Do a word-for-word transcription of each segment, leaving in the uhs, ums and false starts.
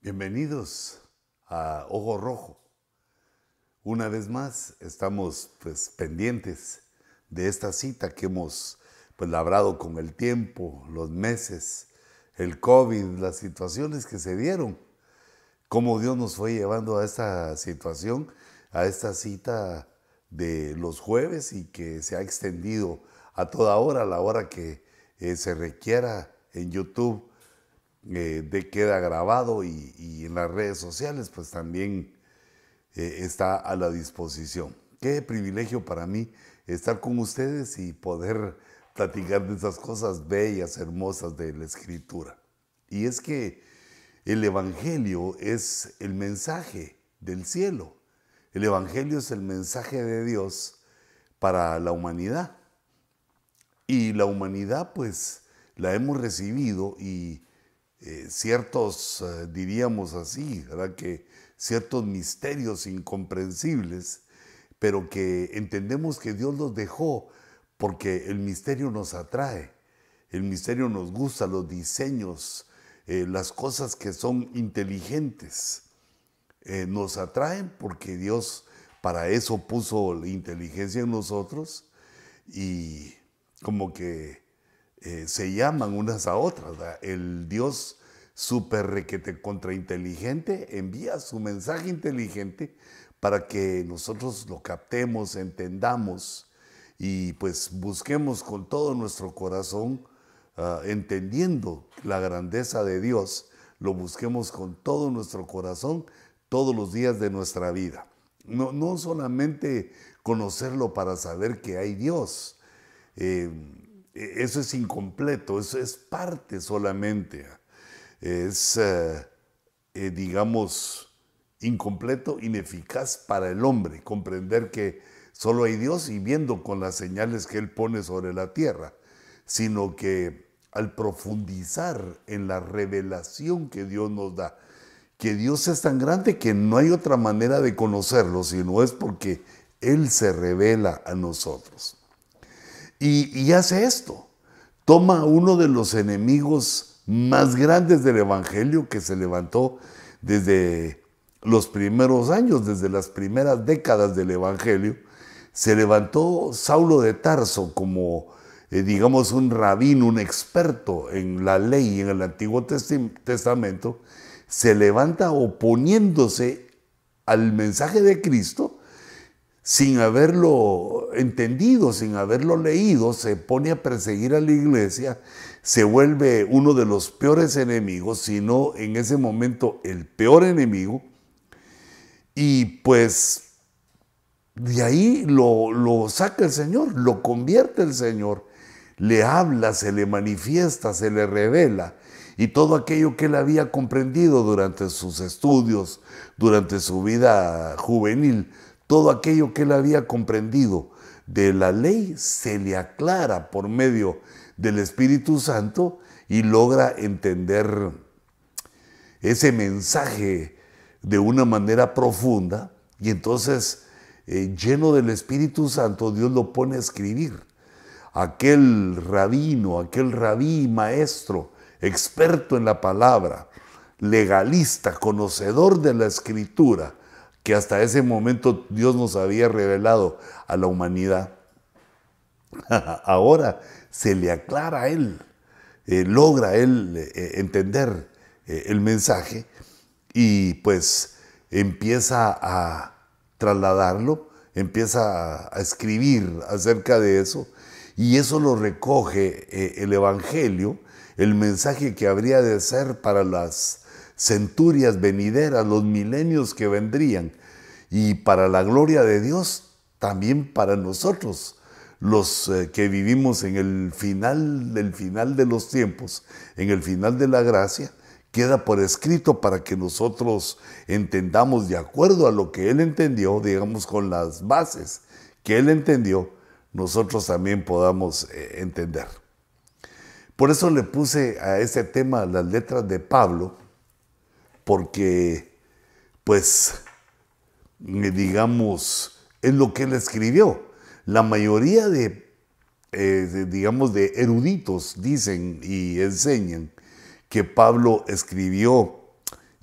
Bienvenidos a Ojo Rojo. Una vez más estamos pues pendientes de esta cita que hemos pues labrado con el tiempo, los meses, el COVID, las situaciones que se dieron. Cómo Dios nos fue llevando a esta situación, a esta cita de los jueves y que se ha extendido a toda hora, a la hora que eh, se requiera en YouTube. Eh, de queda grabado y, y en las redes sociales pues también eh, está a la disposición. Qué privilegio para mí estar con ustedes y poder platicar de esas cosas bellas, hermosas de la Escritura. Y es que el Evangelio es el mensaje del cielo. El Evangelio es el mensaje de Dios para la humanidad. Y la humanidad pues la hemos recibido y Eh, ciertos, eh, diríamos así, ¿verdad? Que ciertos misterios incomprensibles, pero que entendemos que Dios los dejó porque el misterio nos atrae, el misterio nos gusta, los diseños, eh, las cosas que son inteligentes, eh, nos atraen porque Dios para eso puso la inteligencia en nosotros y como que Eh, se llaman unas a otras, ¿verdad? El Dios súper requete contrainteligente envía su mensaje inteligente para que nosotros lo captemos, entendamos y pues busquemos con todo nuestro corazón, uh, entendiendo la grandeza de Dios, lo busquemos con todo nuestro corazón todos los días de nuestra vida. No, no solamente conocerlo para saber que hay Dios, eh, eso es incompleto, eso es parte solamente. Es, eh, eh, digamos, incompleto, ineficaz para el hombre. Comprender que solo hay Dios y viendo con las señales que Él pone sobre la tierra, sino que al profundizar en la revelación que Dios nos da, que Dios es tan grande que no hay otra manera de conocerlo, sino es porque Él se revela a nosotros. Y, y hace esto, toma uno de los enemigos más grandes del Evangelio que se levantó desde los primeros años, desde las primeras décadas del Evangelio, se levantó Saulo de Tarso como, eh, digamos, un rabino, un experto en la ley en el Antiguo Testamento, se levanta oponiéndose al mensaje de Cristo, sin haberlo entendido, sin haberlo leído, se pone a perseguir a la iglesia, se vuelve uno de los peores enemigos, sino en ese momento el peor enemigo, y pues de ahí lo, lo saca el Señor, lo convierte el Señor, le habla, se le manifiesta, se le revela, y todo aquello que él había comprendido durante sus estudios, durante su vida juvenil, todo aquello que él había comprendido de la ley se le aclara por medio del Espíritu Santo y logra entender ese mensaje de una manera profunda y entonces eh, lleno del Espíritu Santo Dios lo pone a escribir. Aquel rabino, aquel rabí maestro, experto en la palabra, legalista, conocedor de la Escritura, que hasta ese momento Dios nos había revelado a la humanidad. Ahora se le aclara a él, eh, logra él eh, entender eh, el mensaje y pues empieza a trasladarlo, empieza a escribir acerca de eso y eso lo recoge eh, el Evangelio, el mensaje que habría de ser para las centurias venideras, los milenios que vendrían, y para la gloria de Dios, también para nosotros, los eh, que vivimos en el final del final de los tiempos, en el final de la gracia, queda por escrito para que nosotros entendamos de acuerdo a lo que Él entendió, digamos con las bases que Él entendió, nosotros también podamos eh, entender. Por eso le puse a este tema las letras de Pablo, porque, pues, digamos, es lo que él escribió. La mayoría de, eh, de, digamos, de eruditos dicen y enseñan que Pablo escribió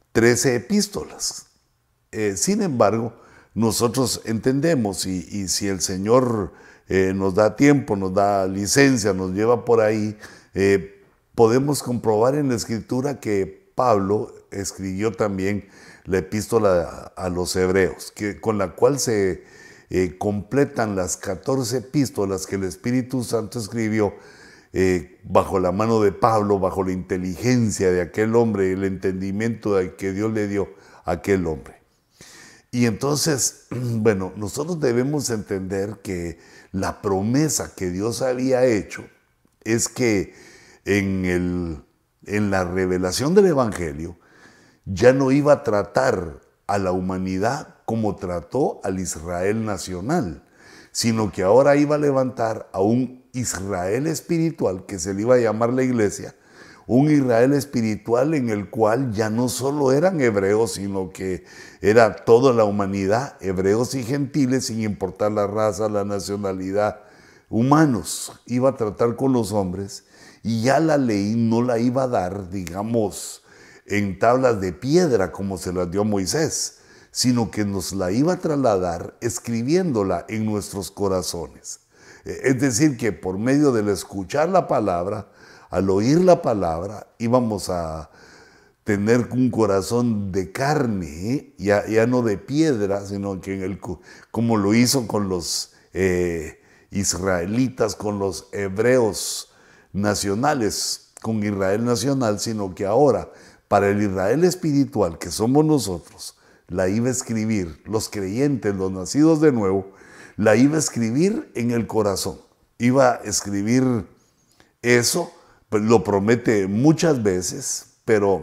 trece epístolas. Eh, sin embargo, nosotros entendemos y, y si el Señor eh, nos da tiempo, nos da licencia, nos lleva por ahí, eh, podemos comprobar en la Escritura que Pablo escribió también la epístola a, a los hebreos, que, con la cual se eh, completan las catorce epístolas que el Espíritu Santo escribió eh, bajo la mano de Pablo, bajo la inteligencia de aquel hombre, el entendimiento que Dios le dio a aquel hombre. Y entonces, bueno, nosotros debemos entender que la promesa que Dios había hecho es que en, el, en la revelación del Evangelio ya no iba a tratar a la humanidad como trató al Israel nacional, sino que ahora iba a levantar a un Israel espiritual que se le iba a llamar la iglesia, un Israel espiritual en el cual ya no solo eran hebreos, sino que era toda la humanidad, hebreos y gentiles, sin importar la raza, la nacionalidad, humanos. Iba a tratar con los hombres y ya la ley no la iba a dar, digamos, en tablas de piedra como se las dio a Moisés, sino que nos la iba a trasladar escribiéndola en nuestros corazones. Es decir, que por medio del escuchar la palabra, al oír la palabra, íbamos a tener un corazón de carne, ¿eh? ya, ya no de piedra, sino que en el, como lo hizo con los eh, israelitas, con los hebreos nacionales, con Israel nacional, sino que ahora, para el Israel espiritual, que somos nosotros, la iba a escribir, los creyentes, los nacidos de nuevo, la iba a escribir en el corazón. Iba a escribir eso, pues lo promete muchas veces, pero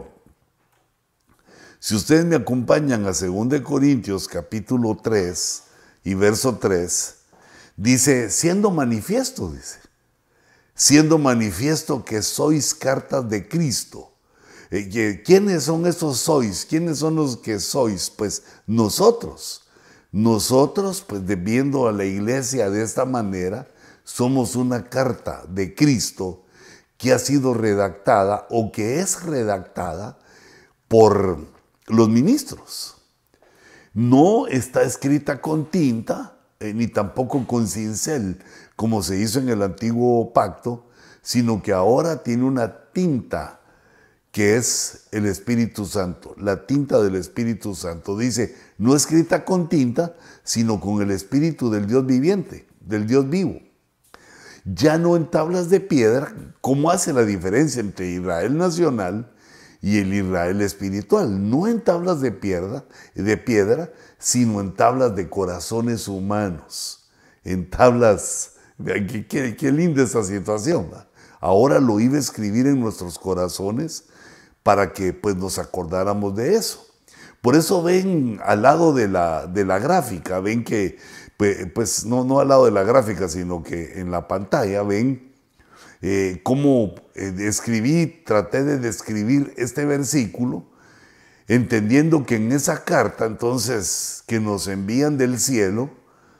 si ustedes me acompañan a segunda de Corintios capítulo tres y verso tres, dice, siendo manifiesto, dice, siendo manifiesto que sois cartas de Cristo. Eh, ¿Quiénes son esos sois? ¿Quiénes son los que sois? Pues nosotros. Nosotros, pues viendo a la iglesia de esta manera, somos una carta de Cristo que ha sido redactada o que es redactada por los ministros. No está escrita con tinta, eh, ni tampoco con cincel, como se hizo en el antiguo pacto, sino que ahora tiene una tinta que es el Espíritu Santo, la tinta del Espíritu Santo. Dice, no escrita con tinta, sino con el Espíritu del Dios viviente, del Dios vivo. Ya no en tablas de piedra, ¿cómo hace la diferencia entre Israel nacional y el Israel espiritual? No en tablas de piedra, de piedra, sino en tablas de corazones humanos, en tablas, qué, qué, qué linda esa situación, ¿va? Ahora lo iba a escribir en nuestros corazones para que pues nos acordáramos de eso. Por eso ven al lado de la, de la gráfica, ven que, pues, pues no, no al lado de la gráfica, sino que en la pantalla ven eh, cómo eh, escribí, traté de describir este versículo, entendiendo que en esa carta entonces que nos envían del cielo,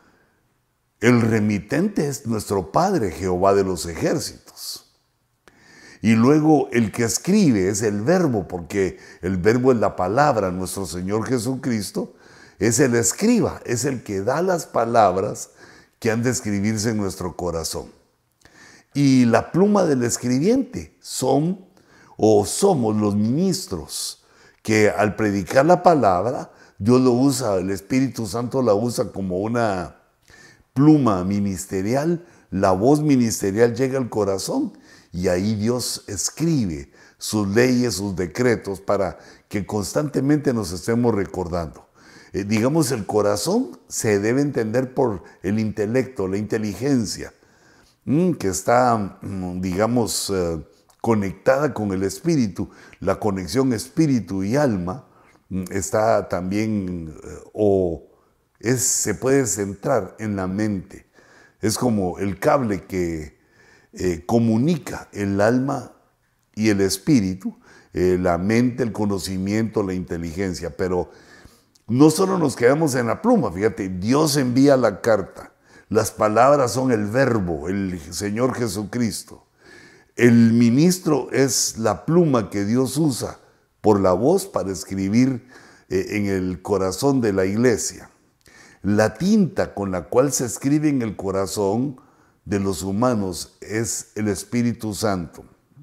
el remitente es nuestro Padre, Jehová de los ejércitos. Y luego el que escribe es el verbo, porque el verbo es la palabra. Nuestro Señor Jesucristo es el escriba, es el que da las palabras que han de escribirse en nuestro corazón. Y la pluma del escribiente son o somos los ministros que al predicar la palabra, Dios lo usa, el Espíritu Santo la usa como una pluma ministerial, la voz ministerial llega al corazón y ahí Dios escribe sus leyes, sus decretos para que constantemente nos estemos recordando. Eh, digamos, el corazón se debe entender por el intelecto, la inteligencia, mmm, que está, digamos, eh, conectada con el espíritu. La conexión espíritu y alma mmm, está también, eh, o es, se puede centrar en la mente. Es como el cable que eh, comunica el alma y el espíritu, eh, la mente, el conocimiento, la inteligencia. Pero no solo nos quedamos en la pluma, fíjate, Dios envía la carta. Las palabras son el verbo, el Señor Jesucristo. El ministro es la pluma que Dios usa por la voz para escribir eh, en el corazón de la iglesia. La tinta con la cual se escribe en el corazón de los humanos es el Espíritu Santo.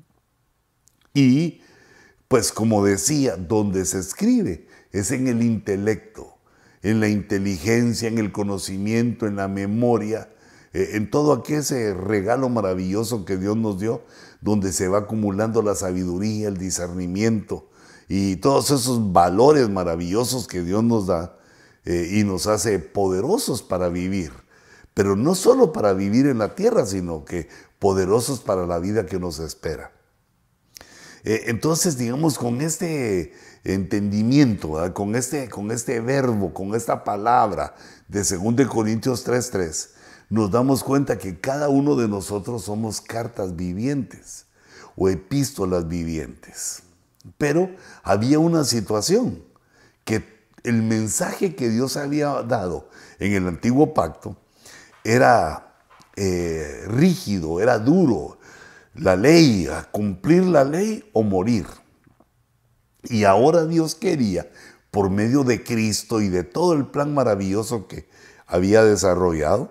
Y, pues como decía, donde se escribe es en el intelecto, en la inteligencia, en el conocimiento, en la memoria, eh, en todo aquel regalo maravilloso que Dios nos dio, donde se va acumulando la sabiduría, el discernimiento y todos esos valores maravillosos que Dios nos da eh, y nos hace poderosos para vivir. Pero no solo para vivir en la tierra, sino que poderosos para la vida que nos espera. Eh, entonces, digamos, con este entendimiento, ¿verdad? Con, este, con este verbo, con esta palabra de segunda de Corintios tres tres, nos damos cuenta que cada uno de nosotros somos cartas vivientes o epístolas vivientes. Pero había una situación, que el mensaje que Dios había dado en el antiguo pacto era eh, rígido, era duro. La ley, a cumplir la ley o morir. Y ahora Dios quería, por medio de Cristo y de todo el plan maravilloso que había desarrollado,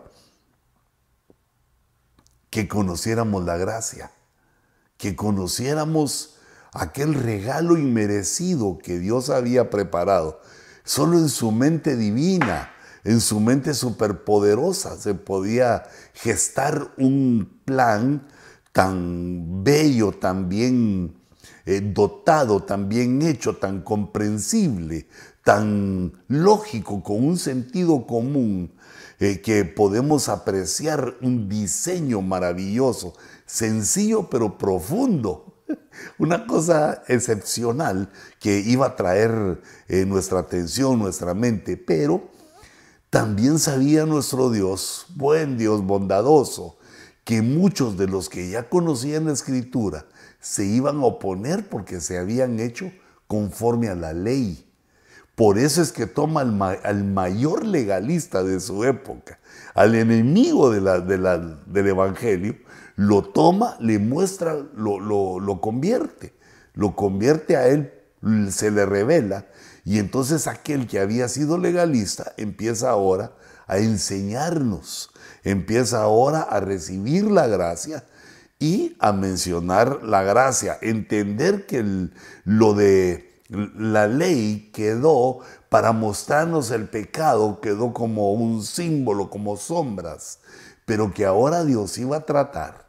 que conociéramos la gracia, que conociéramos aquel regalo inmerecido que Dios había preparado. Solo en su mente divina, en su mente superpoderosa, se podía gestar un plan tan bello, tan bien eh, dotado, tan bien hecho, tan comprensible, tan lógico, con un sentido común, eh, que podemos apreciar un diseño maravilloso, sencillo pero profundo. Una cosa excepcional que iba a traer eh, nuestra atención, nuestra mente, pero también sabía nuestro Dios, buen Dios, bondadoso, que muchos de los que ya conocían la Escritura se iban a oponer porque se habían hecho conforme a la ley. Por eso es que toma al, ma al mayor legalista de su época, al enemigo de la, de la, del Evangelio, lo toma, le muestra, lo, lo, lo convierte, lo convierte a él, se le revela, y entonces aquel que había sido legalista empieza ahora a enseñarnos, empieza ahora a recibir la gracia y a mencionar la gracia, entender que el, lo de la ley quedó para mostrarnos el pecado, quedó como un símbolo, como sombras, pero que ahora Dios iba a tratar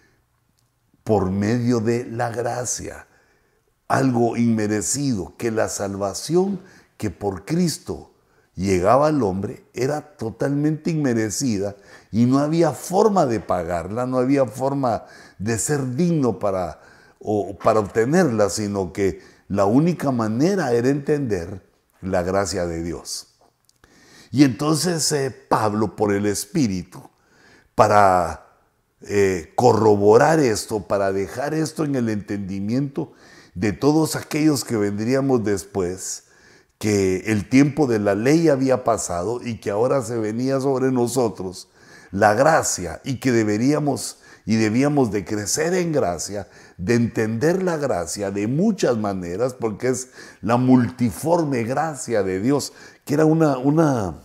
por medio de la gracia, algo inmerecido, que la salvación que por Cristo llegaba al hombre era totalmente inmerecida y no había forma de pagarla, no había forma de ser digno para, o, para obtenerla, sino que la única manera era entender la gracia de Dios. Y entonces eh, Pablo, por el Espíritu, para eh, corroborar esto, para dejar esto en el entendimiento de todos aquellos que vendríamos después, que el tiempo de la ley había pasado y que ahora se venía sobre nosotros la gracia, y que deberíamos y debíamos de crecer en gracia, de entender la gracia de muchas maneras, porque es la multiforme gracia de Dios, que era una, una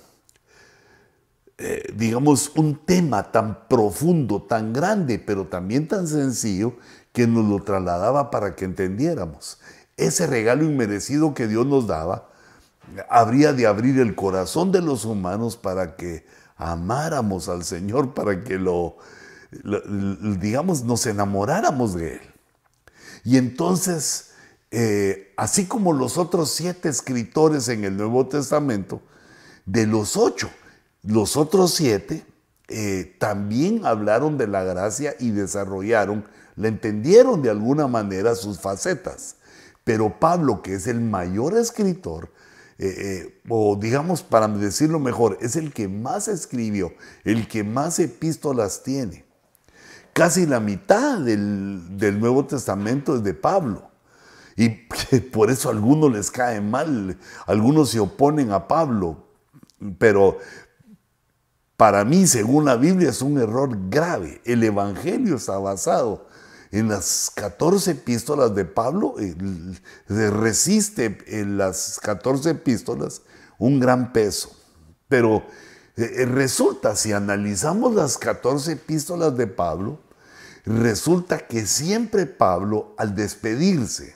eh, digamos, un tema tan profundo, tan grande, pero también tan sencillo, que nos lo trasladaba para que entendiéramos. Ese regalo inmerecido que Dios nos daba, habría de abrir el corazón de los humanos para que amáramos al Señor, para que lo, lo digamos, nos enamoráramos de Él. Y entonces, eh, así como los otros siete escritores en el Nuevo Testamento, de los ocho, los otros siete eh, también hablaron de la gracia y desarrollaron, la entendieron de alguna manera sus facetas. Pero Pablo, que es el mayor escritor, eh, eh, o digamos, para decirlo mejor, es el que más escribió, el que más epístolas tiene. Casi la mitad del, del Nuevo Testamento es de Pablo. Y por eso a algunos les cae mal, algunos se oponen a Pablo. Pero para mí, según la Biblia, es un error grave. El Evangelio está basado en las catorce epístolas de Pablo, eh, resiste en las catorce epístolas un gran peso. Pero eh, resulta, si analizamos las catorce epístolas de Pablo, resulta que siempre Pablo, al despedirse,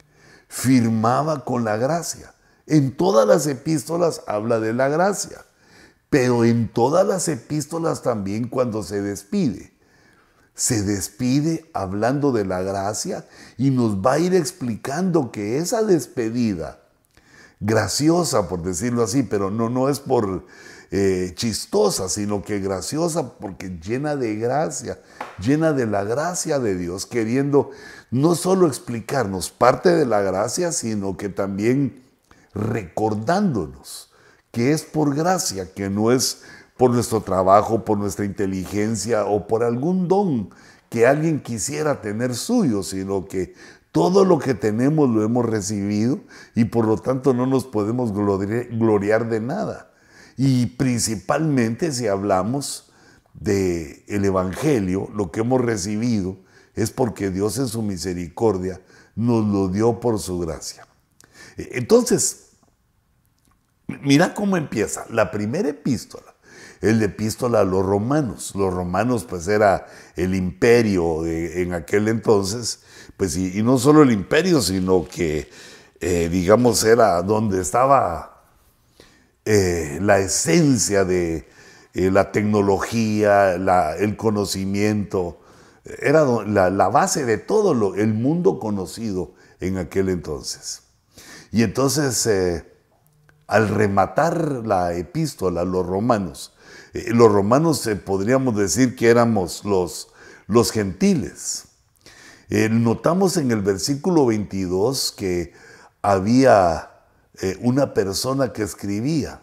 firmaba con la gracia. En todas las epístolas habla de la gracia, pero en todas las epístolas también cuando se despide, se despide hablando de la gracia y nos va a ir explicando que esa despedida, graciosa por decirlo así, pero no, no es por eh, chistosa, sino que graciosa porque llena de gracia, llena de la gracia de Dios, queriendo no solo explicarnos parte de la gracia, sino que también recordándonos que es por gracia, que no es por nuestro trabajo, por nuestra inteligencia o por algún don que alguien quisiera tener suyo, sino que todo lo que tenemos lo hemos recibido y por lo tanto no nos podemos gloriar de nada. Y principalmente si hablamos del Evangelio, lo que hemos recibido es porque Dios en su misericordia nos lo dio por su gracia. Entonces, mira cómo empieza. La primera epístola es la epístola a los romanos. Los romanos pues era el imperio de, en aquel entonces, pues y, y no solo el imperio, sino que eh, digamos era donde estaba eh, la esencia de eh, la tecnología, la, el conocimiento, era la, la base de todo lo, el mundo conocido en aquel entonces. Y entonces, eh, al rematar la epístola a los romanos, eh, los romanos eh, podríamos decir que éramos los, los gentiles. Eh, notamos en el versículo veintidós que había eh, una persona que escribía,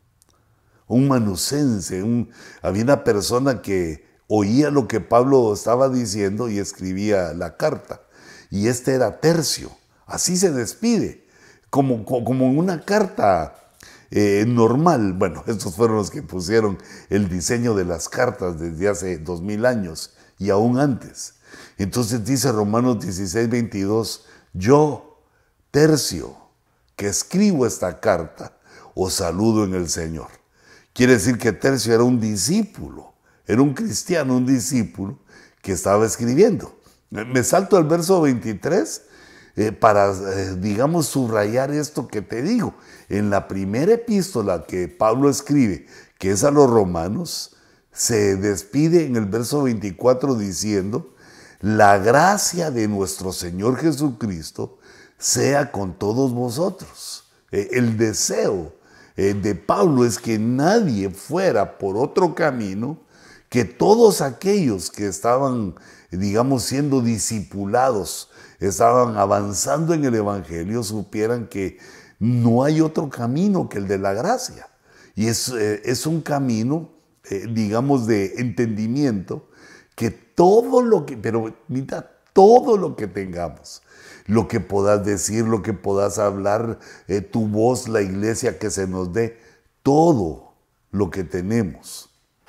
un manucense, un, había una persona que oía lo que Pablo estaba diciendo y escribía la carta. Y este era Tercio. Así se despide, como, como una carta eh, normal. Bueno, estos fueron los que pusieron el diseño de las cartas desde hace dos mil años y aún antes. Entonces dice Romanos dieciséis, veintidós, yo, Tercio, que escribo esta carta, os saludo en el Señor. Quiere decir que Tercio era un discípulo, era un cristiano, un discípulo que estaba escribiendo. Me salto al verso veintitrés eh, para, eh, digamos, subrayar esto que te digo. En la primera epístola que Pablo escribe, que es a los romanos, se despide en el verso veinticuatro diciendo, la gracia de nuestro Señor Jesucristo sea con todos vosotros. Eh, el deseo eh, de Pablo es que nadie fuera por otro camino, que todos aquellos que estaban, digamos, siendo discipulados, estaban avanzando en el Evangelio, supieran que no hay otro camino que el de la gracia. Y es, eh, es un camino, eh, digamos, de entendimiento, que todo lo que, pero mira, todo lo que tengamos, lo que puedas decir, lo que puedas hablar, eh, tu voz, la iglesia que se nos dé, todo lo que tenemos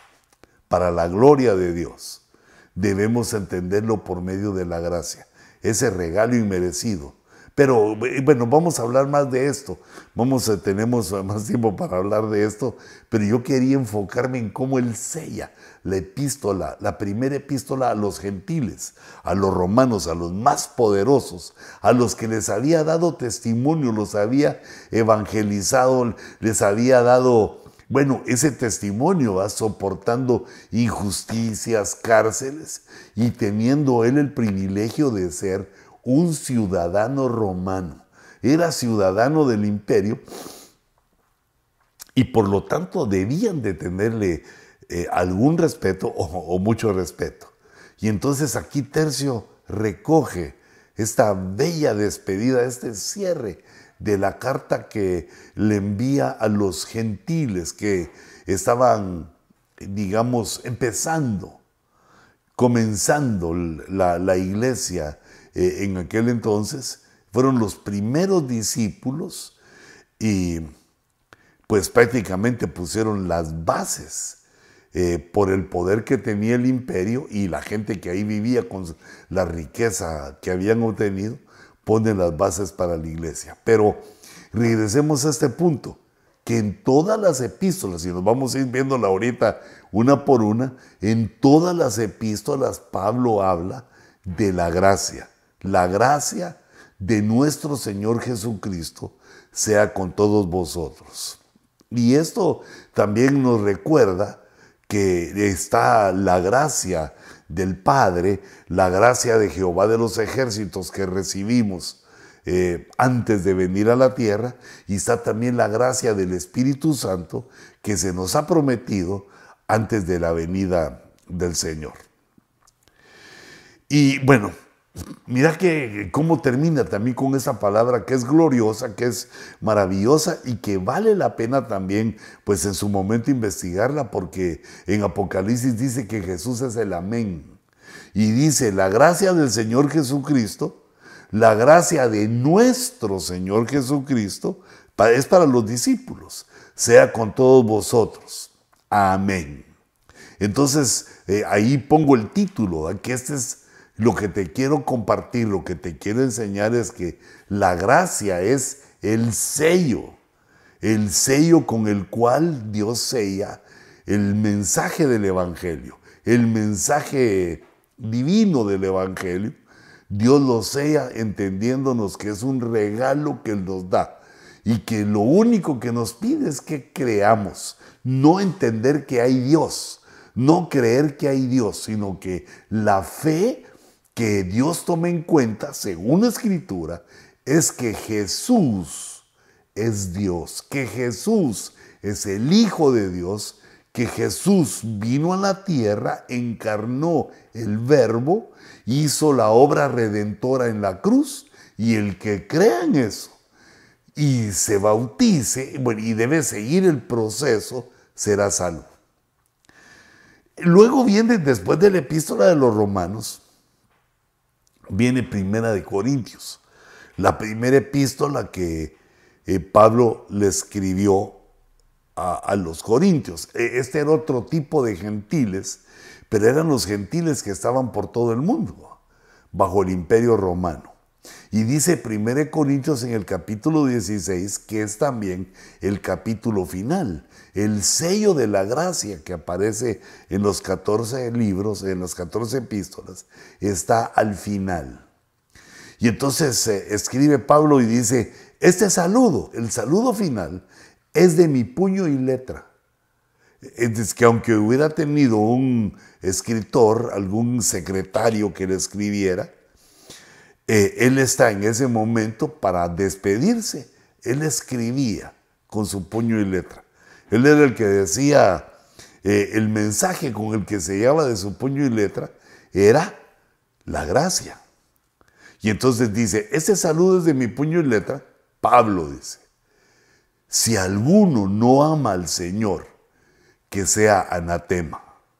para la gloria de Dios, debemos entenderlo por medio de la gracia, ese regalo inmerecido. Pero bueno, vamos a hablar más de esto, vamos a, tenemos más tiempo para hablar de esto, pero yo quería enfocarme en cómo él sella la epístola, la primera epístola a los gentiles, a los romanos, a los más poderosos, a los que les había dado testimonio, los había evangelizado, les había dado, bueno, ese testimonio va soportando injusticias, cárceles y teniendo él el privilegio de ser un ciudadano romano. Era ciudadano del imperio y por lo tanto debían de tenerle eh, algún respeto o, o mucho respeto. Y entonces aquí Tercio recoge esta bella despedida, este cierre de la carta que le envía a los gentiles que estaban, digamos, empezando, comenzando la, la iglesia eh, en aquel entonces. Fueron los primeros discípulos y pues prácticamente pusieron las bases eh, por el poder que tenía el imperio y la gente que ahí vivía con la riqueza que habían obtenido, ponen las bases para la iglesia. Pero regresemos a este punto, que en todas las epístolas, y nos vamos a ir viéndola ahorita una por una, en todas las epístolas Pablo habla de la gracia. La gracia de nuestro Señor Jesucristo sea con todos vosotros. Y esto también nos recuerda que está la gracia del Padre, la gracia de Jehová de los ejércitos que recibimos eh, antes de venir a la tierra, y está también la gracia del Espíritu Santo que se nos ha prometido antes de la venida del Señor. Y bueno, mira que cómo termina también con esa palabra que es gloriosa, que es maravillosa y que vale la pena también, pues en su momento investigarla, porque en Apocalipsis dice que Jesús es el amén. Y dice, la gracia del Señor Jesucristo, la gracia de nuestro Señor Jesucristo, es para los discípulos, sea con todos vosotros. Amén. Entonces, eh, ahí pongo el título, ¿eh? Que este es lo que te quiero compartir, lo que te quiero enseñar es que la gracia es el sello, el sello con el cual Dios sella el mensaje del Evangelio, el mensaje divino del Evangelio. Dios lo sella entendiéndonos que es un regalo que Él nos da y que lo único que nos pide es que creamos, no entender que hay Dios, no creer que hay Dios, sino que la fe que Dios toma en cuenta, según la Escritura, es que Jesús es Dios, que Jesús es el Hijo de Dios, que Jesús vino a la tierra, encarnó el Verbo, hizo la obra redentora en la cruz, y el que crea en eso y se bautice, bueno, y debe seguir el proceso, será salvo. Luego viene, después de la epístola de los Romanos, viene Primera de Corintios, la primera epístola que eh, Pablo le escribió a, a los corintios. Este era otro tipo de gentiles, pero eran los gentiles que estaban por todo el mundo, bajo el imperio romano. Y dice Primera de Corintios en el capítulo dieciséis, que es también el capítulo final, el sello de la gracia que aparece en los catorce libros, en las catorce epístolas, está al final. Y entonces eh, escribe Pablo y dice, este saludo, el saludo final, es de mi puño y letra. Es que aunque hubiera tenido un escritor, algún secretario que le escribiera, eh, él está en ese momento para despedirse. Él escribía con su puño y letra. Él era el que decía, eh, el mensaje con el que se llevaba de su puño y letra era la gracia. Y entonces dice, este saludo es de mi puño y letra. Pablo dice, si alguno no ama al Señor, que sea anatema.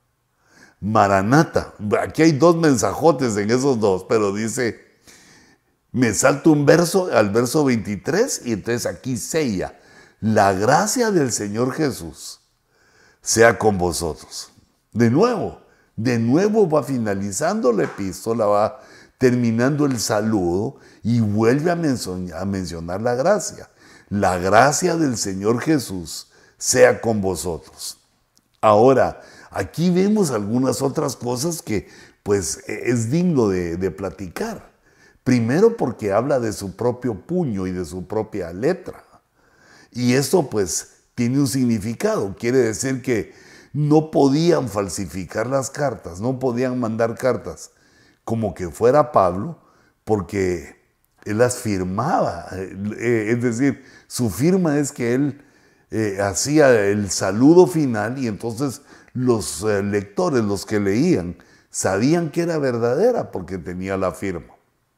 Maranata. Aquí hay dos mensajotes en esos dos, pero dice, me salto un verso al verso veintitrés y entonces aquí sella, la gracia del Señor Jesús sea con vosotros. De nuevo, de nuevo va finalizando la epístola, va terminando el saludo y vuelve a, mencionar, a mencionar la gracia. La gracia del Señor Jesús sea con vosotros. Ahora, aquí vemos algunas otras cosas que pues es digno de, de platicar. Primero porque habla de su propio puño y de su propia letra. Y esto pues tiene un significado. Quiere decir que no podían falsificar las cartas, no podían mandar cartas como que fuera Pablo, porque él las firmaba. Es decir, su firma es que él eh, hacía el saludo final y entonces los eh, lectores, los que leían, sabían que era verdadera porque tenía la firma.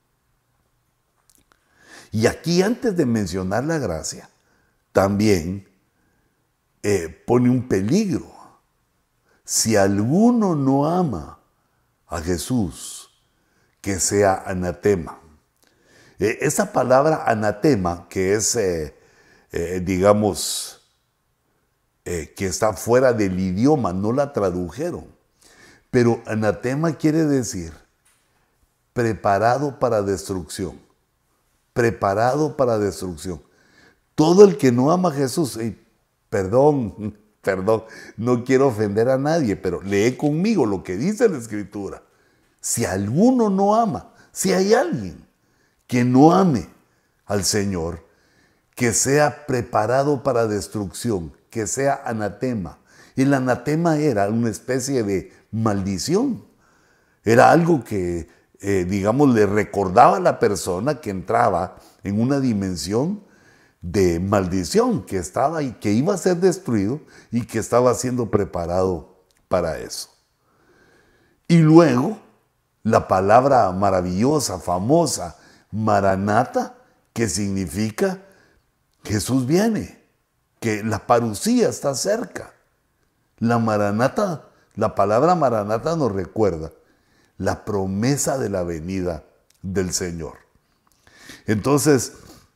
Y aquí, antes de mencionar la gracia, también eh, pone un peligro. Si alguno no ama a Jesús, que sea anatema. Eh, esa palabra anatema, que es, eh, eh, digamos, eh, que está fuera del idioma, no la tradujeron. Pero anatema quiere decir preparado para destrucción, preparado para destrucción. Todo el que no ama a Jesús, hey, perdón, perdón, no quiero ofender a nadie, pero lee conmigo lo que dice la Escritura. Si alguno no ama, si hay alguien que no ame al Señor, que sea preparado para destrucción, que sea anatema. El anatema era una especie de maldición. Era algo que, eh, digamos, le recordaba a la persona que entraba en una dimensión de maldición, que estaba y que iba a ser destruido y que estaba siendo preparado para eso. Y luego, la palabra maravillosa, famosa, Maranata, que significa Jesús viene, que la parucía está cerca. La Maranata, la palabra Maranata nos recuerda la promesa de la venida del Señor. Entonces,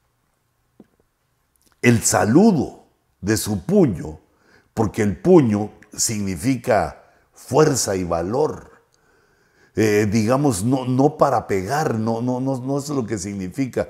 el saludo de su puño, porque el puño significa fuerza y valor. Eh, digamos, no, no para pegar, no, no, no, no es lo que significa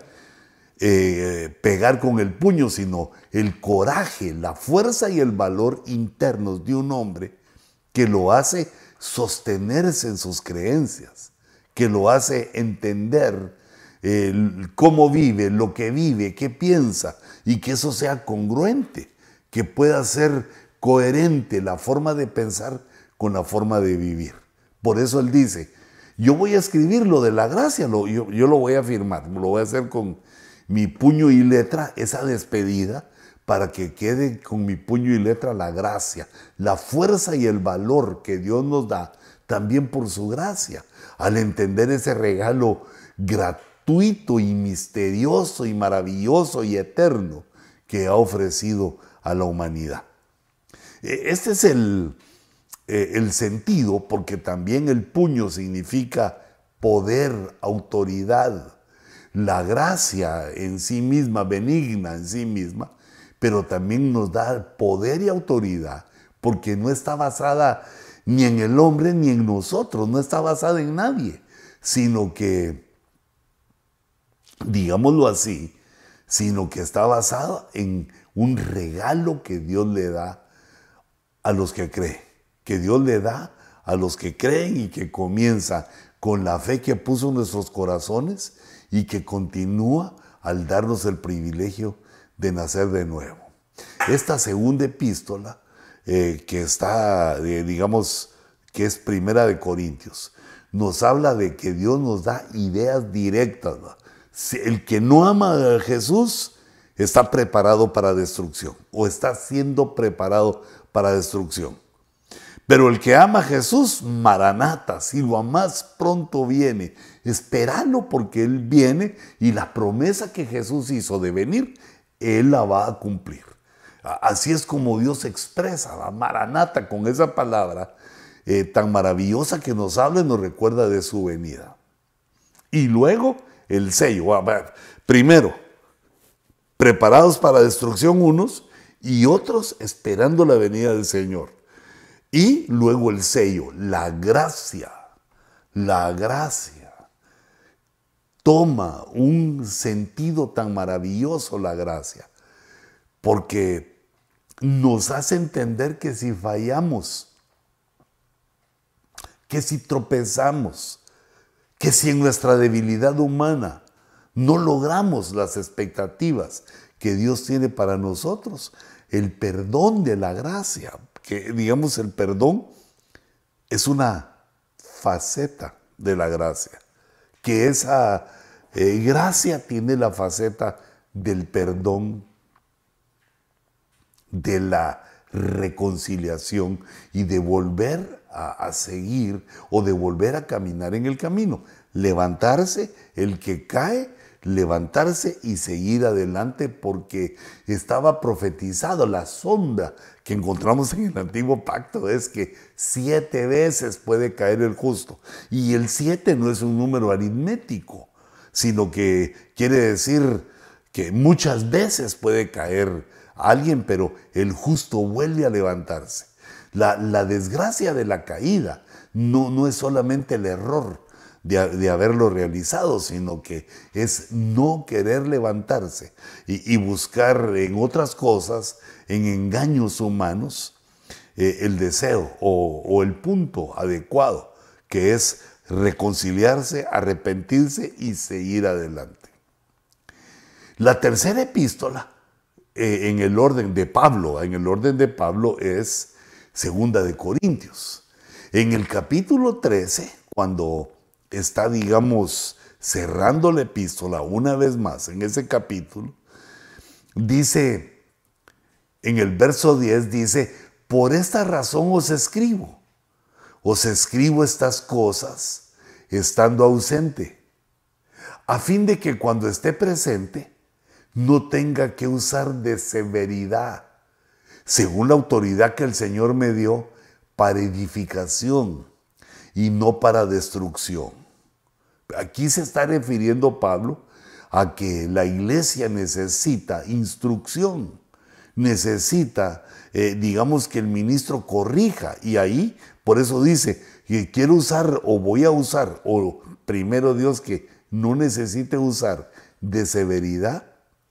eh, pegar con el puño, sino el coraje, la fuerza y el valor internos de un hombre que lo hace sostenerse en sus creencias, que lo hace entender eh, cómo vive, lo que vive, qué piensa, y que eso sea congruente, que pueda ser coherente la forma de pensar con la forma de vivir. Por eso él dice, yo voy a escribir lo de la gracia, lo, yo, yo lo voy a firmar, lo voy a hacer con mi puño y letra, esa despedida, para que quede con mi puño y letra la gracia, la fuerza y el valor que Dios nos da, también por su gracia, al entender ese regalo gratuito y misterioso y maravilloso y eterno que ha ofrecido a la humanidad. Este es el... el sentido, porque también el puño significa poder, autoridad, la gracia en sí misma, benigna en sí misma, pero también nos da poder y autoridad, porque no está basada ni en el hombre ni en nosotros, no está basada en nadie, sino que, digámoslo así, sino que está basada en un regalo que Dios le da a los que creen. Que Dios le da a los que creen y que comienza con la fe que puso en nuestros corazones y que continúa al darnos el privilegio de nacer de nuevo. Esta segunda epístola, eh, que está, eh, digamos, que es Primera de Corintios, nos habla de que Dios nos da ideas directas, ¿no? El que no ama a Jesús está preparado para destrucción o está siendo preparado para destrucción. Pero el que ama a Jesús, Maranata, si lo amas, pronto viene. Espéralo porque Él viene y la promesa que Jesús hizo de venir, Él la va a cumplir. Así es como Dios expresa, la Maranata, con esa palabra eh, tan maravillosa que nos habla y nos recuerda de su venida. Y luego el sello. A ver, primero, preparados para destrucción unos y otros esperando la venida del Señor. Y luego el sello, la gracia, la gracia. Toma un sentido tan maravilloso la gracia, porque nos hace entender que si fallamos, que si tropezamos, que si en nuestra debilidad humana no logramos las expectativas que Dios tiene para nosotros, el perdón de la gracia, que digamos el perdón es una faceta de la gracia, que esa eh, gracia tiene la faceta del perdón, de la reconciliación y de volver a, a seguir o de volver a caminar en el camino, levantarse, el que cae, levantarse y seguir adelante, porque estaba profetizado. La sonda que encontramos en el antiguo pacto es que siete veces puede caer el justo, y el siete no es un número aritmético, sino que quiere decir que muchas veces puede caer a alguien, pero el justo vuelve a levantarse. La, la desgracia de la caída no, no es solamente el error de, de haberlo realizado, sino que es no querer levantarse y, y buscar en otras cosas, en engaños humanos, eh, el deseo o, o el punto adecuado, que es reconciliarse, arrepentirse y seguir adelante. La tercera epístola, eh, en el orden de Pablo, en el orden de Pablo es Segunda de Corintios. En el capítulo trece, cuando está, digamos, cerrando la epístola una vez más, en ese capítulo, dice, en el verso diez, dice, por esta razón os escribo, os escribo estas cosas estando ausente, a fin de que cuando esté presente no tenga que usar de severidad, según la autoridad que el Señor me dio para edificación y no para destrucción. Aquí se está refiriendo Pablo a que la iglesia necesita instrucción, necesita, eh, digamos, que el ministro corrija, y ahí, por eso dice que quiero usar o voy a usar, o primero Dios que no necesite usar de severidad,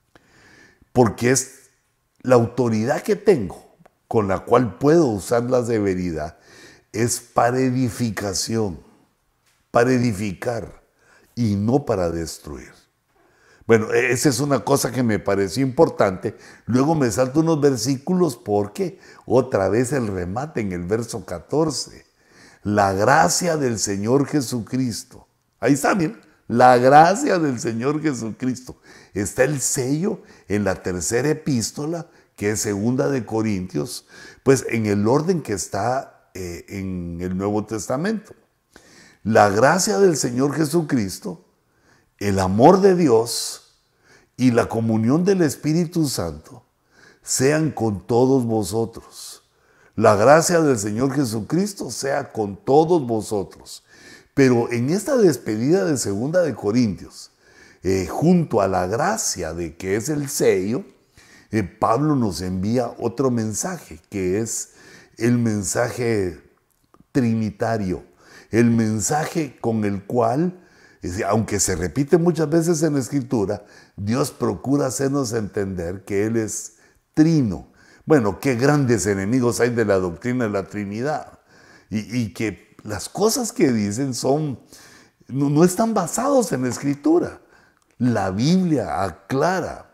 porque es la autoridad que tengo con la cual puedo usar la severidad, es para edificación, para edificar y no para destruir. Bueno, esa es una cosa que me pareció importante. Luego me salto unos versículos porque otra vez el remate en el verso catorce. La gracia del Señor Jesucristo. Ahí está, miren. La gracia del Señor Jesucristo. Está el sello en la tercera epístola, que es Segunda de Corintios, pues en el orden que está eh, en el Nuevo Testamento. La gracia del Señor Jesucristo, el amor de Dios y la comunión del Espíritu Santo sean con todos vosotros. La gracia del Señor Jesucristo sea con todos vosotros. Pero en esta despedida de Segunda de Corintios, eh, junto a la gracia de que es el sello, eh, Pablo nos envía otro mensaje, que es el mensaje trinitario, el mensaje con el cual, aunque se repite muchas veces en la Escritura, Dios procura hacernos entender que Él es trino. Bueno, qué grandes enemigos hay de la doctrina de la Trinidad. Y, y que las cosas que dicen son, no, no están basados en la Escritura. La Biblia aclara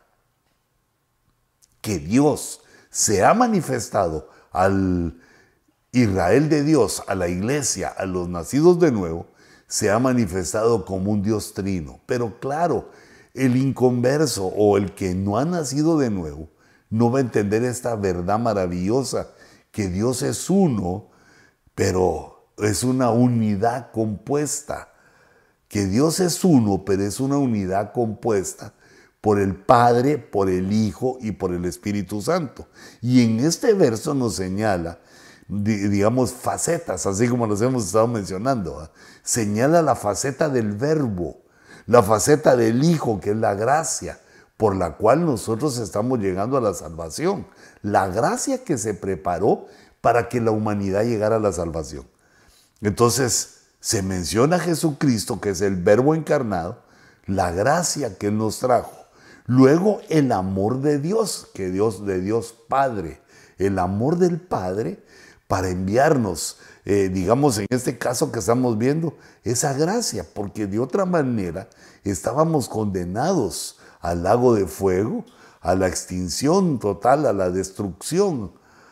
que Dios se ha manifestado al Israel de Dios, a la iglesia, a los nacidos de nuevo, se ha manifestado como un Dios trino. Pero claro, el inconverso o el que no ha nacido de nuevo no va a entender esta verdad maravillosa, que Dios es uno, pero es una unidad compuesta. Que Dios es uno, pero es una unidad compuesta por el Padre, por el Hijo y por el Espíritu Santo. Y en este verso nos señala, digamos, facetas, así como nos hemos estado mencionando. ¿eh? Señala la faceta del Verbo, la faceta del Hijo, que es la gracia, por la cual nosotros estamos llegando a la salvación. La gracia que se preparó para que la humanidad llegara a la salvación. Entonces, se menciona a Jesucristo, que es el Verbo encarnado, la gracia que Él nos trajo. Luego, el amor de Dios, que Dios, de Dios Padre, el amor del Padre para enviarnos, eh, digamos, en este caso que estamos viendo, esa gracia, porque de otra manera estábamos condenados al lago de fuego, a la extinción total, a la destrucción,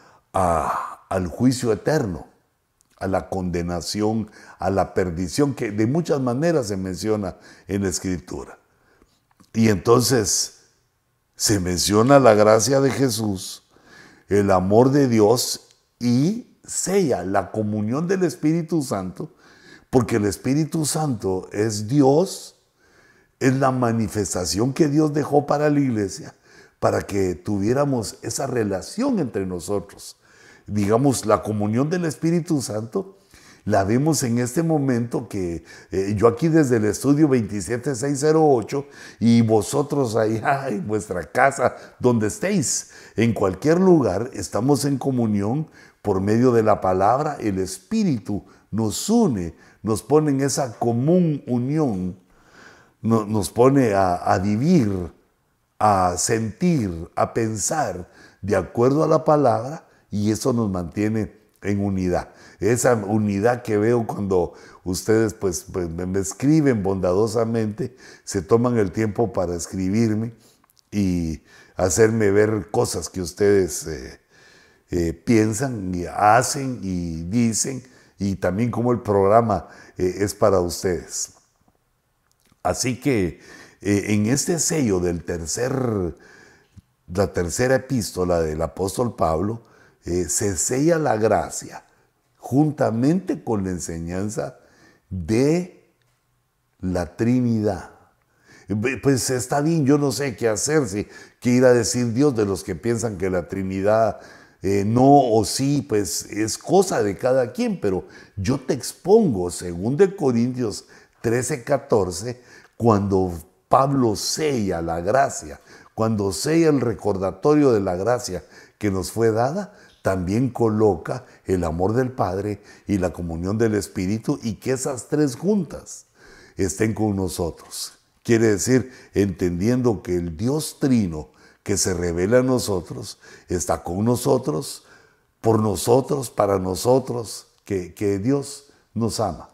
a, al juicio eterno, a la condenación, a la perdición, que de muchas maneras se menciona en la Escritura. Y entonces se menciona la gracia de Jesús, el amor de Dios y sella la comunión del Espíritu Santo, porque el Espíritu Santo es Dios, es la manifestación que Dios dejó para la iglesia, para que tuviéramos esa relación entre nosotros. Digamos, la comunión del Espíritu Santo La vemos en este momento que eh, yo aquí desde el estudio veintisiete seiscientos ocho y vosotros allá en vuestra casa, donde estéis, en cualquier lugar, estamos en comunión por medio de la palabra. El Espíritu nos une, nos pone en esa común unión, no, nos pone a, a vivir, a sentir, a pensar de acuerdo a la palabra, y eso nos mantiene en unidad. Esa unidad que veo cuando ustedes pues, pues me escriben bondadosamente, se toman el tiempo para escribirme y hacerme ver cosas que ustedes eh, eh, piensan y hacen y dicen, y también como el programa eh, es para ustedes. Así que eh, en este sello del tercer, la tercera epístola del apóstol Pablo, eh, se sella la gracia juntamente con la enseñanza de la Trinidad. Pues está bien, yo no sé qué hacer, si, qué ir a decir Dios de los que piensan que la Trinidad eh, no o sí, pues es cosa de cada quien, pero yo te expongo, según de Corintios trece, catorce, cuando Pablo sella la gracia, cuando sella el recordatorio de la gracia que nos fue dada, también coloca el amor del Padre y la comunión del Espíritu, y que esas tres juntas estén con nosotros. Quiere decir, entendiendo que el Dios Trino que se revela a nosotros está con nosotros, por nosotros, para nosotros, que, que Dios nos ama.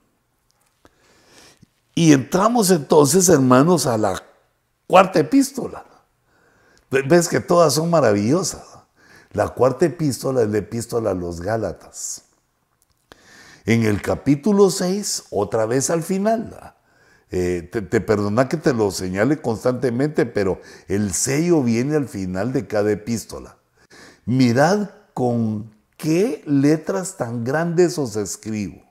Y entramos entonces, hermanos, a la cuarta epístola. Ves que todas son maravillosas. La cuarta epístola es la epístola a los Gálatas. En el capítulo seis, otra vez al final, eh, te, te perdona que te lo señale constantemente, pero el sello viene al final de cada epístola. Mirad con qué letras tan grandes os escribo.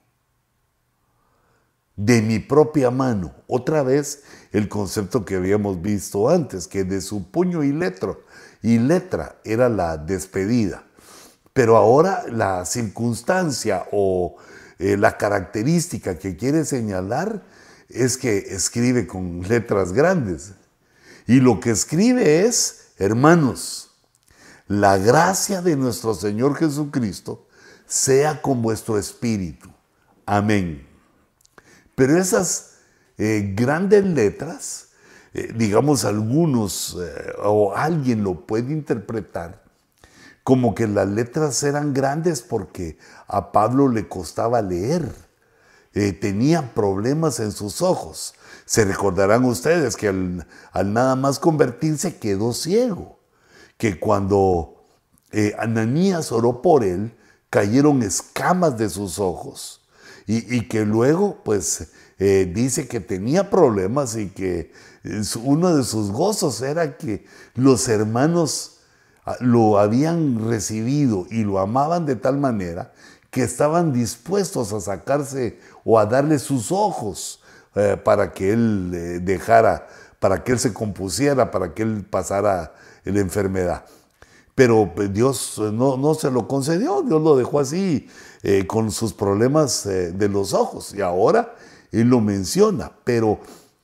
De mi propia mano. Otra vez el concepto que habíamos visto antes, que de su puño y letra, y letra era la despedida. Pero ahora la circunstancia o eh, la característica que quiere señalar es que escribe con letras grandes. Y lo que escribe es, hermanos, la gracia de nuestro Señor Jesucristo sea con vuestro espíritu. Amén. Pero esas eh, grandes letras, eh, digamos algunos eh, o alguien lo puede interpretar como que las letras eran grandes porque a Pablo le costaba leer, eh, tenía problemas en sus ojos. Se recordarán ustedes que al, al nada más convertirse quedó ciego, que cuando eh, Ananías oró por él, cayeron escamas de sus ojos. Y, y que luego, pues, eh, dice que tenía problemas y que uno de sus gozos era que los hermanos lo habían recibido y lo amaban de tal manera que estaban dispuestos a sacarse o a darle sus ojos eh, para que él eh, dejara, para que él se compusiera, para que él pasara la enfermedad. Pero Dios no, no se lo concedió, Dios lo dejó así, eh, con sus problemas eh, de los ojos. Y ahora Él lo menciona, pero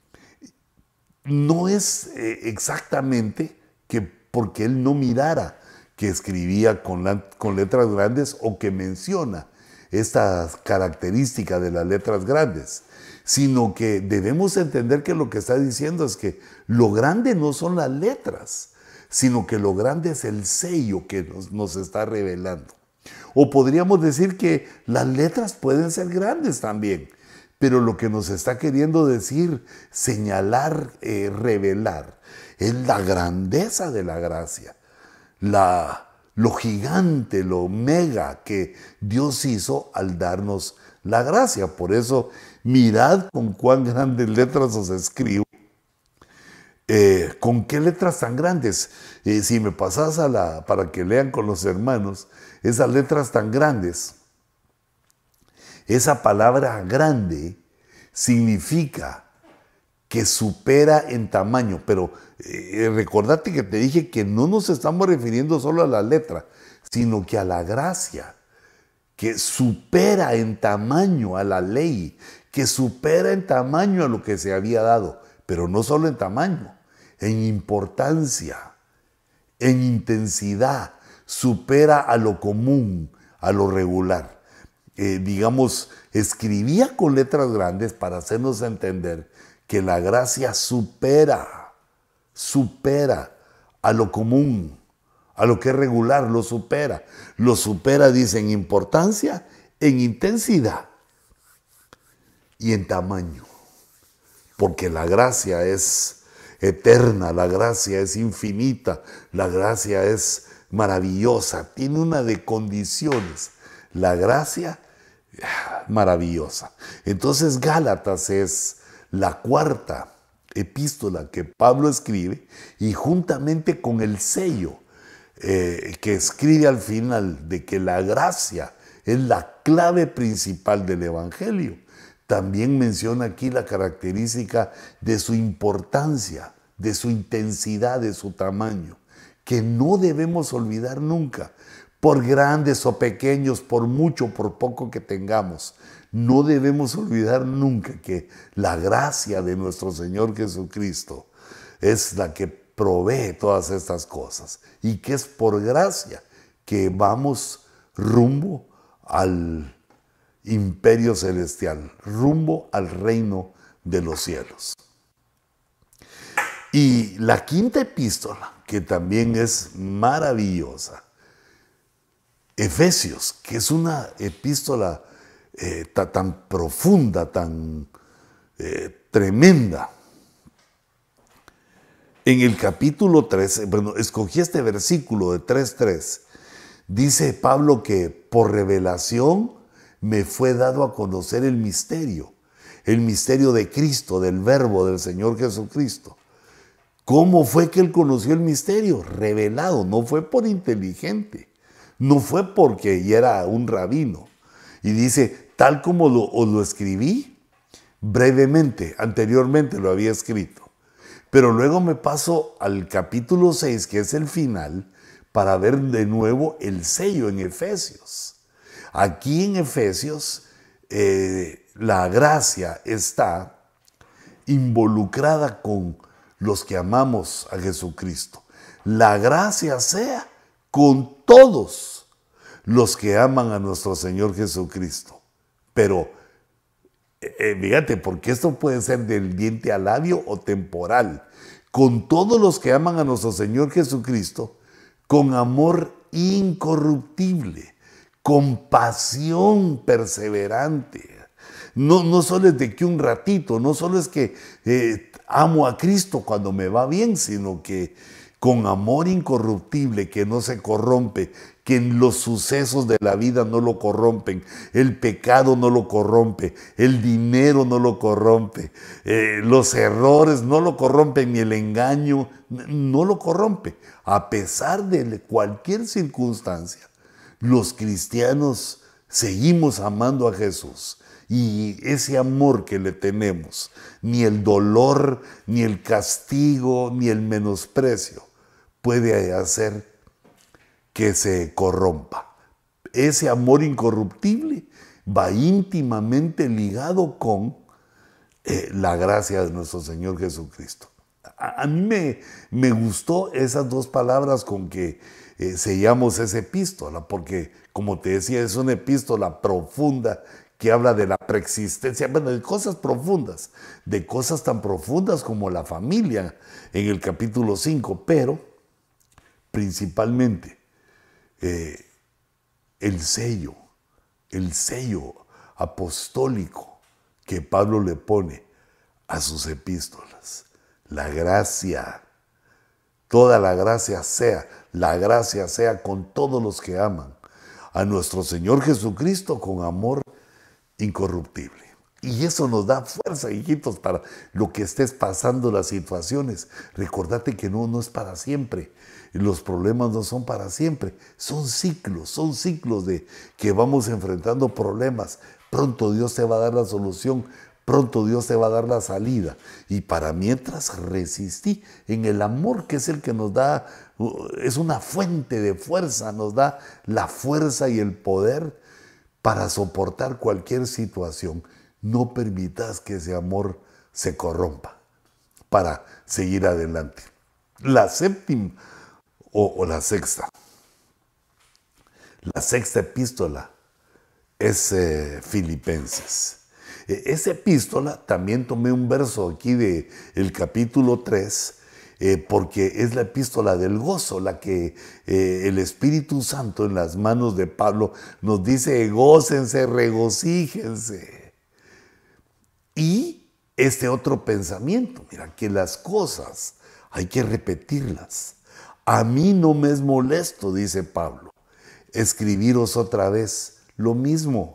no es eh, exactamente que porque Él no mirara que escribía con, la, con letras grandes o que menciona esta característica de las letras grandes, sino que debemos entender que lo que está diciendo es que lo grande no son las letras, sino que lo grande es el sello que nos, nos está revelando. O podríamos decir que las letras pueden ser grandes también, pero lo que nos está queriendo decir, señalar, eh, revelar, es la grandeza de la gracia, la, lo gigante, lo mega que Dios hizo al darnos la gracia. Por eso, mirad con cuán grandes letras os escribo. Eh, ¿Con qué letras tan grandes? Eh, si me pasas a la, para que lean con los hermanos, esas letras tan grandes, esa palabra grande significa que supera en tamaño, pero eh, recordate que te dije que no nos estamos refiriendo solo a la letra, sino que a la gracia que supera en tamaño a la ley, que supera en tamaño a lo que se había dado, pero no solo en tamaño, en importancia, en intensidad, supera a lo común, a lo regular. Eh, digamos, escribía con letras grandes para hacernos entender que la gracia supera, supera a lo común, a lo que es regular, lo supera. Lo supera, dice, en importancia, en intensidad y en tamaño. Porque la gracia es eterna, la gracia es infinita, la gracia es maravillosa, tiene una de condiciones. La gracia, maravillosa. Entonces Gálatas es la cuarta epístola que Pablo escribe y juntamente con el sello eh, que escribe al final de que la gracia es la clave principal del Evangelio, también menciona aquí la característica de su importancia, de su intensidad, de su tamaño, que no debemos olvidar nunca, por grandes o pequeños, por mucho o por poco que tengamos. No debemos olvidar nunca que la gracia de nuestro Señor Jesucristo es la que provee todas estas cosas y que es por gracia que vamos rumbo al imperio celestial, rumbo al reino de los cielos. Y la quinta epístola, que también es maravillosa, Efesios, que es una epístola eh, ta, tan profunda, tan eh, tremenda. En el capítulo trece, bueno, escogí este versículo de tres tres, dice Pablo que por revelación me fue dado a conocer el misterio, el misterio de Cristo, del Verbo del Señor Jesucristo. ¿Cómo fue que él conoció el misterio? Revelado, no fue por inteligente, no fue porque ya era un rabino. Y dice, tal como lo, os lo escribí, brevemente, anteriormente lo había escrito. Pero luego me paso al capítulo seis, que es el final, para ver de nuevo el sello en Efesios. Aquí en Efesios, eh, la gracia está involucrada con los que amamos a Jesucristo. La gracia sea con todos los que aman a nuestro Señor Jesucristo. Pero, eh, fíjate, porque esto puede ser del diente al labio o temporal. Con todos los que aman a nuestro Señor Jesucristo, con amor incorruptible, con pasión perseverante. No, no solo es de que un ratito, no solo es que eh, amo a Cristo cuando me va bien, sino que con amor incorruptible que no se corrompe, que los sucesos de la vida no lo corrompen, el pecado no lo corrompe, el dinero no lo corrompe, eh, los errores no lo corrompen, ni el engaño no lo corrompe. A pesar de cualquier circunstancia, los cristianos seguimos amando a Jesús. Y ese amor que le tenemos, ni el dolor, ni el castigo, ni el menosprecio puede hacer que se corrompa. Ese amor incorruptible va íntimamente ligado con eh, la gracia de nuestro Señor Jesucristo. A, a mí me, me gustó esas dos palabras con que eh, sellamos esa epístola, porque como te decía, es una epístola profunda que habla de la preexistencia, bueno, de cosas profundas, de cosas tan profundas como la familia en el capítulo cinco, pero principalmente eh, el sello, el sello apostólico que Pablo le pone a sus epístolas. La gracia, toda la gracia sea, la gracia sea con todos los que aman a nuestro Señor Jesucristo con amor incorruptible. Y eso nos da fuerza, hijitos, para lo que estés pasando, las situaciones. Recordate que no, no es para siempre. Los problemas no son para siempre. Son ciclos, son ciclos de que vamos enfrentando problemas. Pronto Dios te va a dar la solución. Pronto Dios te va a dar la salida. Y para mientras resistí en el amor, que es el que nos da, es una fuente de fuerza, nos da la fuerza y el poder para soportar cualquier situación. No permitas que ese amor se corrompa para seguir adelante. La séptima o, o la sexta. La sexta epístola es eh, Filipenses. Eh, esa epístola, también tomé un verso aquí del capítulo tres, eh, porque es la epístola del gozo, la que eh, el Espíritu Santo en las manos de Pablo nos dice: gócense, regocíjense. Y este otro pensamiento, mira, que las cosas hay que repetirlas. A mí no me es molesto, dice Pablo, escribiros otra vez lo mismo.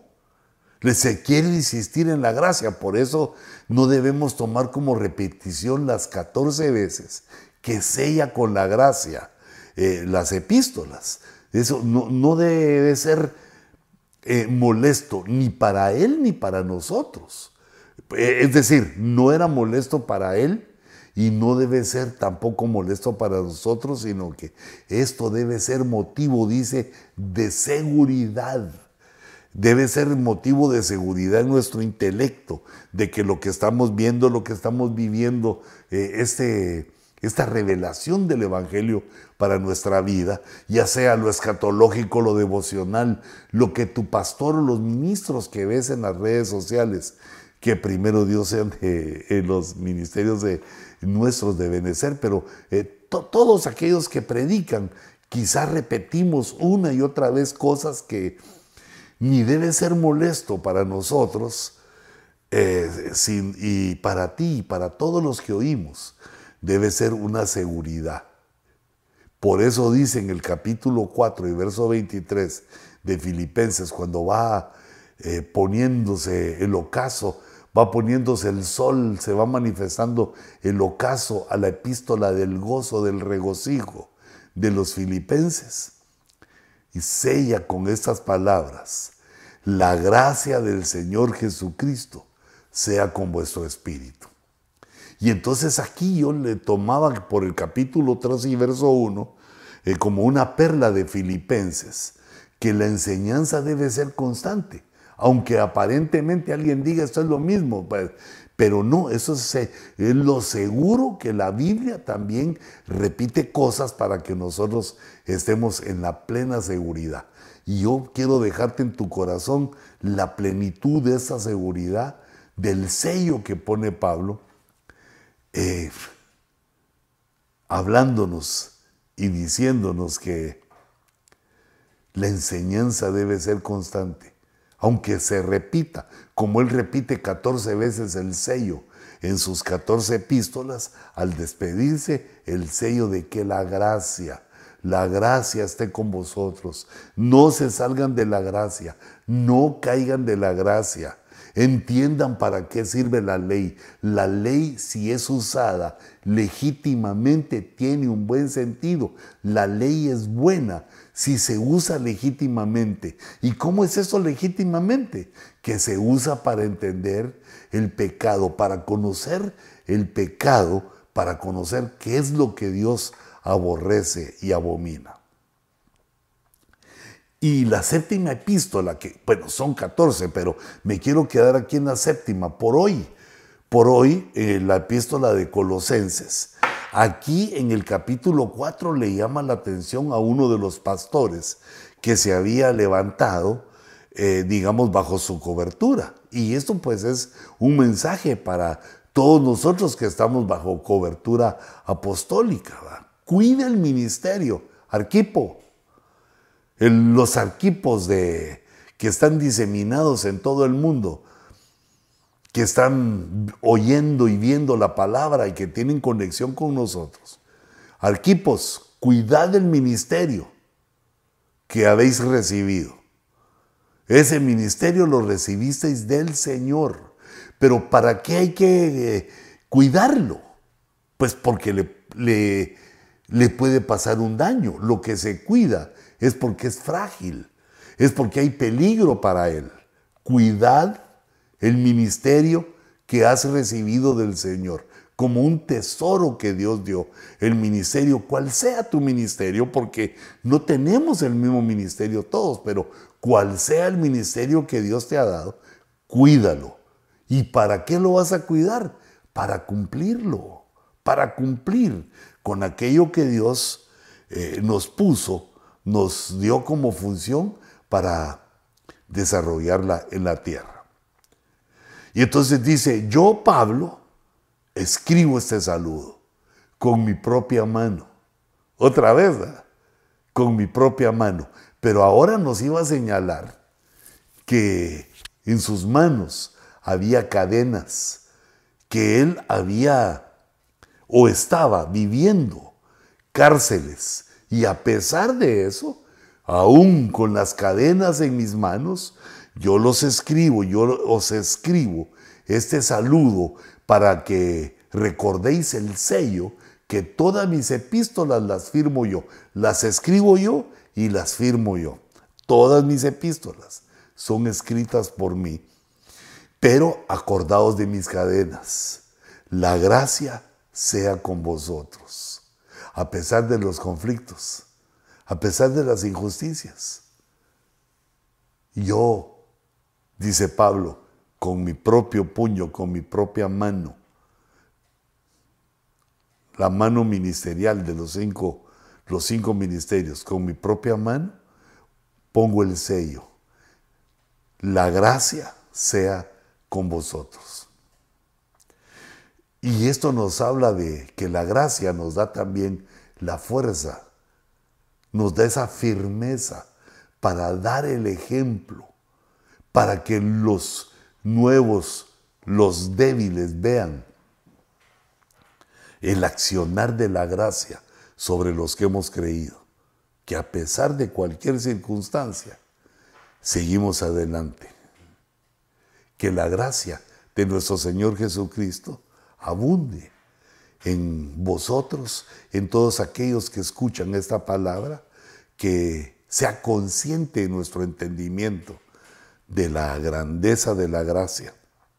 Se quiere insistir en la gracia, por eso no debemos tomar como repetición las catorce veces que sella con la gracia eh, las epístolas. Eso no, no debe ser eh, molesto ni para él ni para nosotros. Es decir, no era molesto para él y no debe ser tampoco molesto para nosotros, sino que esto debe ser motivo, dice, de seguridad. Debe ser motivo de seguridad en nuestro intelecto, de que lo que estamos viendo, lo que estamos viviendo, eh, este, esta revelación del Evangelio para nuestra vida, ya sea lo escatológico, lo devocional, lo que tu pastor o los ministros que ves en las redes sociales, que primero Dios sean de, en los ministerios de, nuestros deben de ser, pero eh, to, todos aquellos que predican, quizás repetimos una y otra vez cosas que ni debe ser molesto para nosotros, eh, sin, y para ti y para todos los que oímos, debe ser una seguridad. Por eso dice en el capítulo cuatro y verso veintitrés de Filipenses, cuando va eh, poniéndose el ocaso, va poniéndose el sol, se va manifestando el ocaso a la epístola del gozo, del regocijo de los filipenses. Y sella con estas palabras: la gracia del Señor Jesucristo sea con vuestro espíritu. Y entonces aquí yo le tomaba por el capítulo tres y verso uno eh, como una perla de Filipenses, que la enseñanza debe ser constante. Aunque aparentemente alguien diga esto es lo mismo, pues, pero no, eso es, es lo seguro que la Biblia también repite cosas para que nosotros estemos en la plena seguridad. Y yo quiero dejarte en tu corazón la plenitud de esa seguridad, del sello que pone Pablo, eh, hablándonos y diciéndonos que la enseñanza debe ser constante. Aunque se repita, como él repite catorce veces el sello en sus catorce epístolas, al despedirse, el sello de que la gracia, la gracia esté con vosotros. No se salgan de la gracia, no caigan de la gracia. Entiendan para qué sirve la ley. La ley, si es usada legítimamente, tiene un buen sentido. La ley es buena si se usa legítimamente. ¿Y cómo es eso legítimamente? Que se usa para entender el pecado, para conocer el pecado, para conocer qué es lo que Dios aborrece y abomina. Y la séptima epístola, que bueno, son catorce, pero me quiero quedar aquí en la séptima por hoy. Por hoy, eh, la epístola de Colosenses. Aquí en el capítulo cuatro le llama la atención a uno de los pastores que se había levantado, eh, digamos, bajo su cobertura. Y esto pues es un mensaje para todos nosotros que estamos bajo cobertura apostólica, ¿va? Cuida el ministerio, Arquipo. El, los arquipos de, que están diseminados en todo el mundo, que están oyendo y viendo la palabra y que tienen conexión con nosotros. Arquipos, cuidad del ministerio que habéis recibido. Ese ministerio lo recibisteis del Señor. Pero ¿para qué hay que eh, cuidarlo? Pues porque le, le, le puede pasar un daño. Lo que se cuida es porque es frágil, es porque hay peligro para él. Cuidad el ministerio que has recibido del Señor, como un tesoro que Dios dio. El ministerio, cual sea tu ministerio, porque no tenemos el mismo ministerio todos, pero cual sea el ministerio que Dios te ha dado, cuídalo. ¿Y para qué lo vas a cuidar? Para cumplirlo, para cumplir con aquello que Dios eh, nos puso, nos dio como función para desarrollarla en la tierra. Y entonces dice, yo, Pablo, escribo este saludo con mi propia mano. Otra vez, ¿verdad? Con mi propia mano. Pero ahora nos iba a señalar que en sus manos había cadenas, que él había o estaba viviendo cárceles. Y a pesar de eso, aún con las cadenas en mis manos, yo los escribo, yo os escribo este saludo para que recordéis el sello que todas mis epístolas las firmo yo. Las escribo yo y las firmo yo. Todas mis epístolas son escritas por mí. Pero acordaos de mis cadenas. La gracia sea con vosotros. A pesar de los conflictos, a pesar de las injusticias. Yo, dice Pablo, con mi propio puño, con mi propia mano, la mano ministerial de los cinco, los cinco ministerios, con mi propia mano, pongo el sello. La gracia sea con vosotros. Y esto nos habla de que la gracia nos da también la fuerza, nos da esa firmeza para dar el ejemplo, para que los nuevos, los débiles vean el accionar de la gracia sobre los que hemos creído, que a pesar de cualquier circunstancia, seguimos adelante. Que la gracia de nuestro Señor Jesucristo abunde en vosotros, en todos aquellos que escuchan esta palabra, que sea consciente nuestro entendimiento de la grandeza de la gracia.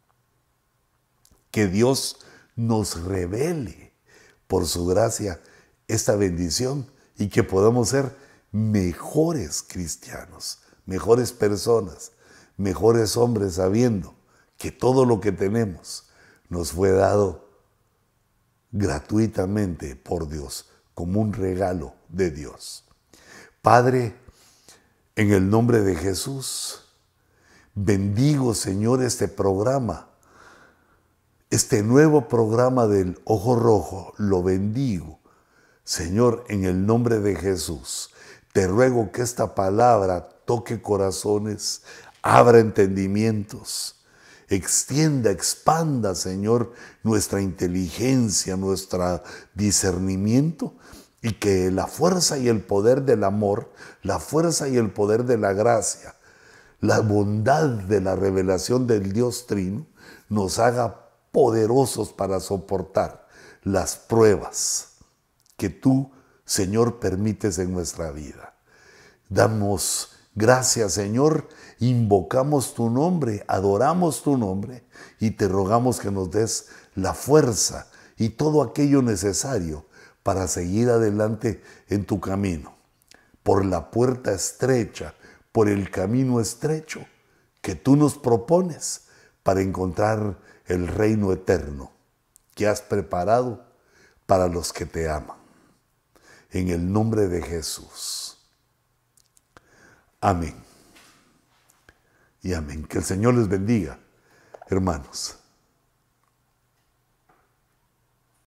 Que Dios nos revele por su gracia esta bendición y que podamos ser mejores cristianos, mejores personas, mejores hombres, sabiendo que todo lo que tenemos nos fue dado gratuitamente por Dios, como un regalo de Dios. Padre, en el nombre de Jesús, bendigo, Señor, este programa, este nuevo programa del Ojo Rojo, lo bendigo. Señor, en el nombre de Jesús, te ruego que esta palabra toque corazones, abra entendimientos, extienda, expanda, Señor, nuestra inteligencia, nuestro discernimiento, y que la fuerza y el poder del amor, la fuerza y el poder de la gracia, la bondad de la revelación del Dios Trino, nos haga poderosos para soportar las pruebas que tú, Señor, permites en nuestra vida. Damos gracias, Señor, invocamos tu nombre, adoramos tu nombre y te rogamos que nos des la fuerza y todo aquello necesario para seguir adelante en tu camino, por la puerta estrecha, por el camino estrecho que tú nos propones para encontrar el reino eterno que has preparado para los que te aman. En el nombre de Jesús. Amén. Y amén. Que el Señor les bendiga, hermanos.